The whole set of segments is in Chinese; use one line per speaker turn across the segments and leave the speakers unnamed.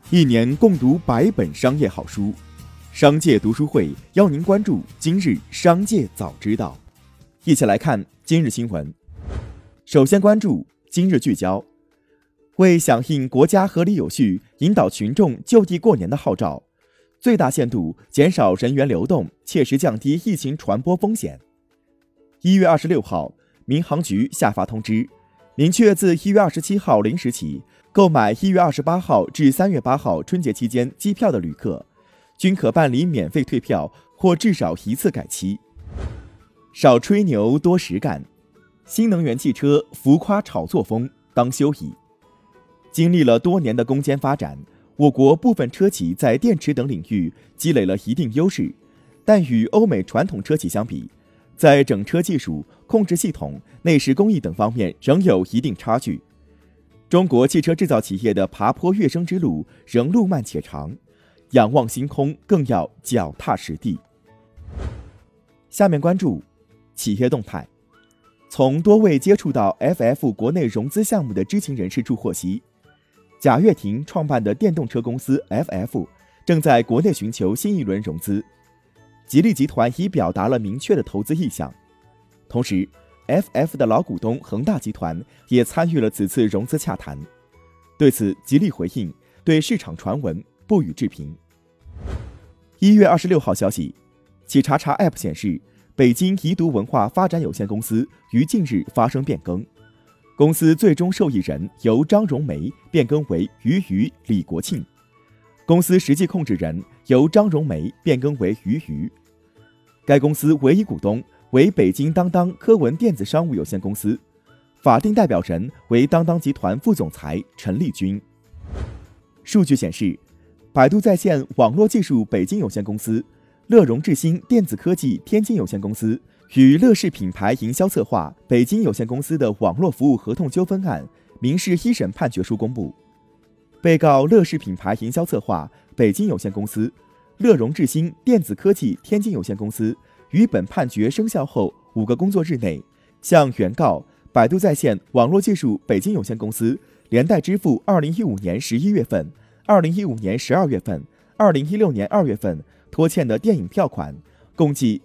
一年共读100本商业好书，商界读书会邀您关注今日商界早知道。一起来看今日新闻。首先关注今日聚焦。为响应国家合理有序引导群众就地过年的号召，最大限度减少人员流动，切实降低疫情传播风险。1月26号，民航局下发通知，明确自1月27号0时起，购买1月28号至3月8号春节期间机票的旅客，均可办理免费退票或至少一次改期。少吹牛，多实干。新能源汽车浮夸炒作风当休矣。经历了多年的攻坚发展，我国部分车企在电池等领域积累了一定优势，但与欧美传统车企相比，在整车技术、控制系统、内饰工艺等方面仍有一定差距。中国汽车制造企业的爬坡跃升之路仍路漫且长，仰望星空更要脚踏实地。下面关注企业动态。从多位接触到 FF 国内融资项目的知情人士处获悉，贾跃亭创办的电动车公司 FF 正在国内寻求新一轮融资，吉利集团已表达了明确的投资意向。同时 FF 的老股东恒大集团也参与了此次融资洽谈。对此，吉利回应，对市场传闻不予置评。1月26号消息，企查查 App 显示，北京宜读文化发展有限公司于近日发生变更，公司最终受益人由张荣梅变更为于李国庆，公司实际控制人由张荣梅变更为于。该公司唯一股东为北京当当科文电子商务有限公司，法定代表人为当当集团副总裁陈立军。数据显示，百度在线网络技术北京有限公司、乐融智新电子科技天津有限公司与乐视品牌营销策划北京有限公司的网络服务合同纠纷案民事一审判决书公布，被告乐视品牌营销策划北京有限公司、乐融智新电子科技天津有限公司于本判决生效后5个工作日内，向原告百度在线网络技术北京有限公司连带支付2015年11月份、2015年12月份、2016年2月份拖欠的电影票款，共计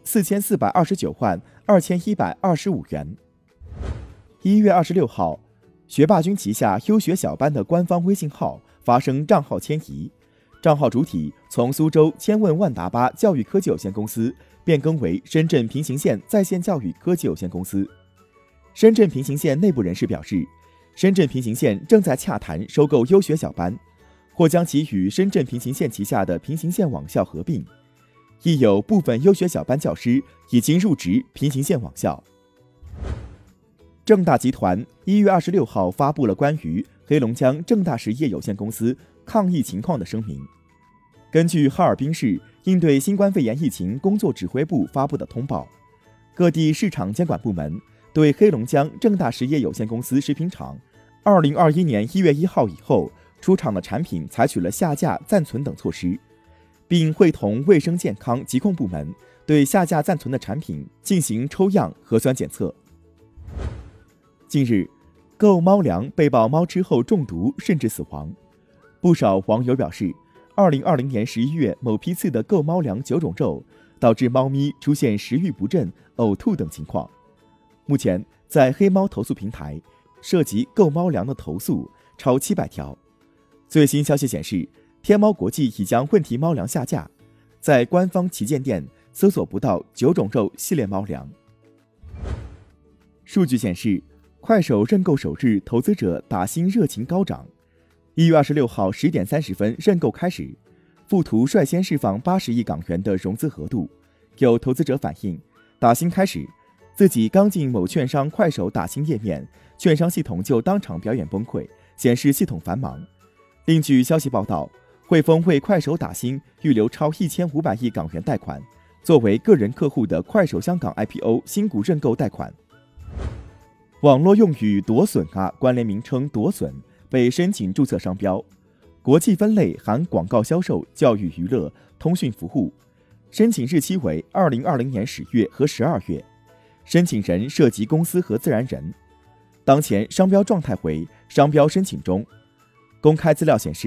4429万2125元。1月26号，学霸君旗下优学小班的官方微信号发生账号迁移，账号主体从苏州千问万达巴教育科技有限公司变更为深圳平行线在线教育科技有限公司。深圳平行线内部人士表示，深圳平行线正在洽谈收购优学小班，或将其与深圳平行线旗下的平行线网校合并，亦有部分优学小班教师已经入职平行线网校。正大集团1月26号发布了关于黑龙江正大实业有限公司抗疫情况的声明。根据哈尔滨市应对新冠肺炎疫情工作指挥部发布的通报，各地市场监管部门对黑龙江正大实业有限公司食品厂2021年1月1号以后出厂的产品采取了下架、暂存等措施，并会同卫生健康疾控部门对下架暂存的产品进行抽样核酸检测。近日，购猫粮被曝猫吃后中毒甚至死亡，不少网友表示，2020年11月某批次的购猫粮9种肉导致猫咪出现食欲不振、呕吐等情况。目前，在黑猫投诉平台，涉及购猫粮的投诉超700条。最新消息显示，天猫国际已将问题猫粮下架，在官方旗舰店搜索不到9种肉系列猫粮。数据显示，快手认购首日投资者打新热情高涨。1月26号10点30分认购开始，富途率先释放80亿港元的融资额度。有投资者反映，打新开始，自己刚进某券商快手打新页面，券商系统就当场表演崩溃，显示系统繁忙。另据消息报道，汇丰为快手打新预留超1500亿港元贷款，作为个人客户的快手香港 IPO 新股认购贷款。网络用语夺笋啊关联名称夺笋被申请注册商标，国际分类含广告销售、教育娱乐、通讯服务，申请日期为2020年10月和12月，申请人涉及公司和自然人。当前商标状态为商标申请中。公开资料显示，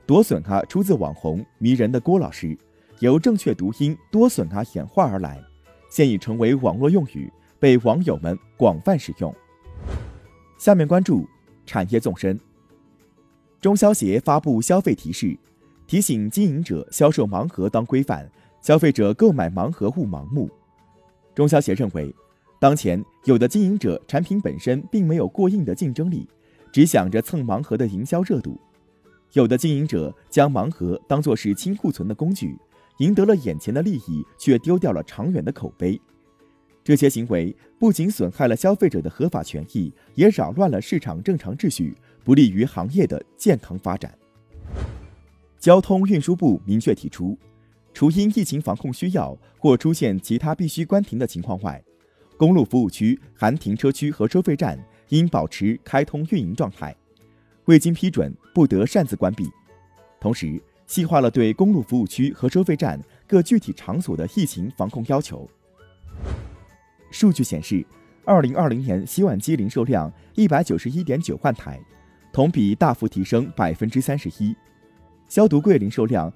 多损啊出自网红迷人的郭老师，由正确读音多损啊演化而来，现已成为网络用语，被网友们广泛使用。下面关注产业纵深。中消协发布消费提示，提醒经营者销售盲盒当规范，消费者购买盲盒勿盲目。中消协认为，当前有的经营者产品本身并没有过硬的竞争力，只想着蹭盲盒的营销热度。有的经营者将盲盒当作是清库存的工具，赢得了眼前的利益，却丢掉了长远的口碑。这些行为不仅损害了消费者的合法权益，也扰乱了市场正常秩序，不利于行业的健康发展。交通运输部明确提出，除因疫情防控需要或出现其他必须关停的情况外，公路服务区含停车区和收费站应保持开通运营状态，未经批准不得擅自关闭。同时，细化了对公路服务区和收费站各具体场所的疫情防控要求。数据显示，2020年洗碗机零售量191.9万台，同比大幅提升31%；消毒柜零售量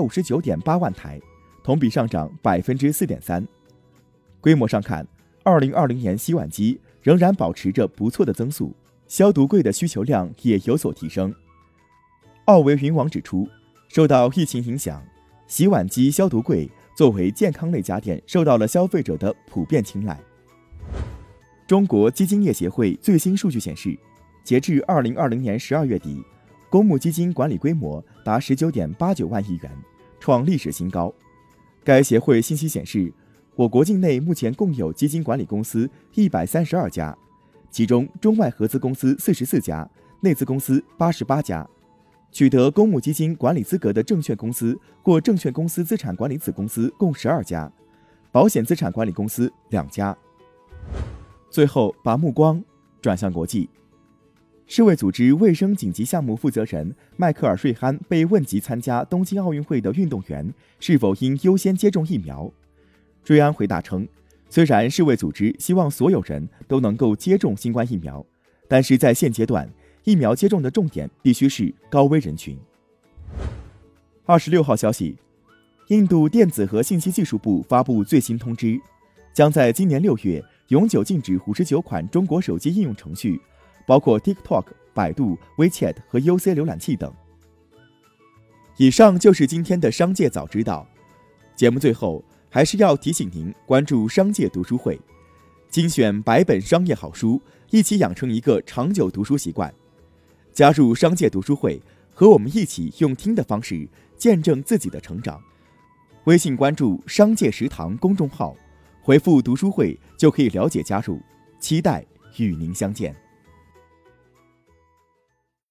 559.8万台，同比上涨4.3%。规模上看，2020年洗碗机仍然保持着不错的增速，消毒柜的需求量也有所提升。奥维云网指出，受到疫情影响，洗碗机、消毒柜作为健康类家电受到了消费者的普遍青睐。中国基金业协会最新数据显示，截至2020年12月底，公募基金管理规模达19.89万亿元，创历史新高。该协会信息显示，我国境内目前共有基金管理公司132家，其中中外合资公司44家，内资公司88家。取得公募基金管理资格的证券公司或证券公司资产管理子公司共12家，保险资产管理公司2家。最后，把目光转向国际。世卫组织卫生紧急项目负责人迈克尔·瑞安被问及参加东京奥运会的运动员是否应优先接种疫苗。瑞安回答称，虽然世卫组织希望所有人都能够接种新冠疫苗，但是在现阶段，疫苗接种的重点必须是高危人群。26号消息，印度电子和信息技术部发布最新通知，将在今年6月永久禁止59款中国手机应用程序，包括 TikTok、百度、WeChat 和 UC 浏览器等。以上就是今天的商界早知道。节目最后还是要提醒您关注商界读书会，精选100本商业好书，一起养成一个长久读书习惯。加入商界读书会，和我们一起用听的方式见证自己的成长。微信关注商界食堂公众号，回复读书会就可以了解加入，期待与您相见。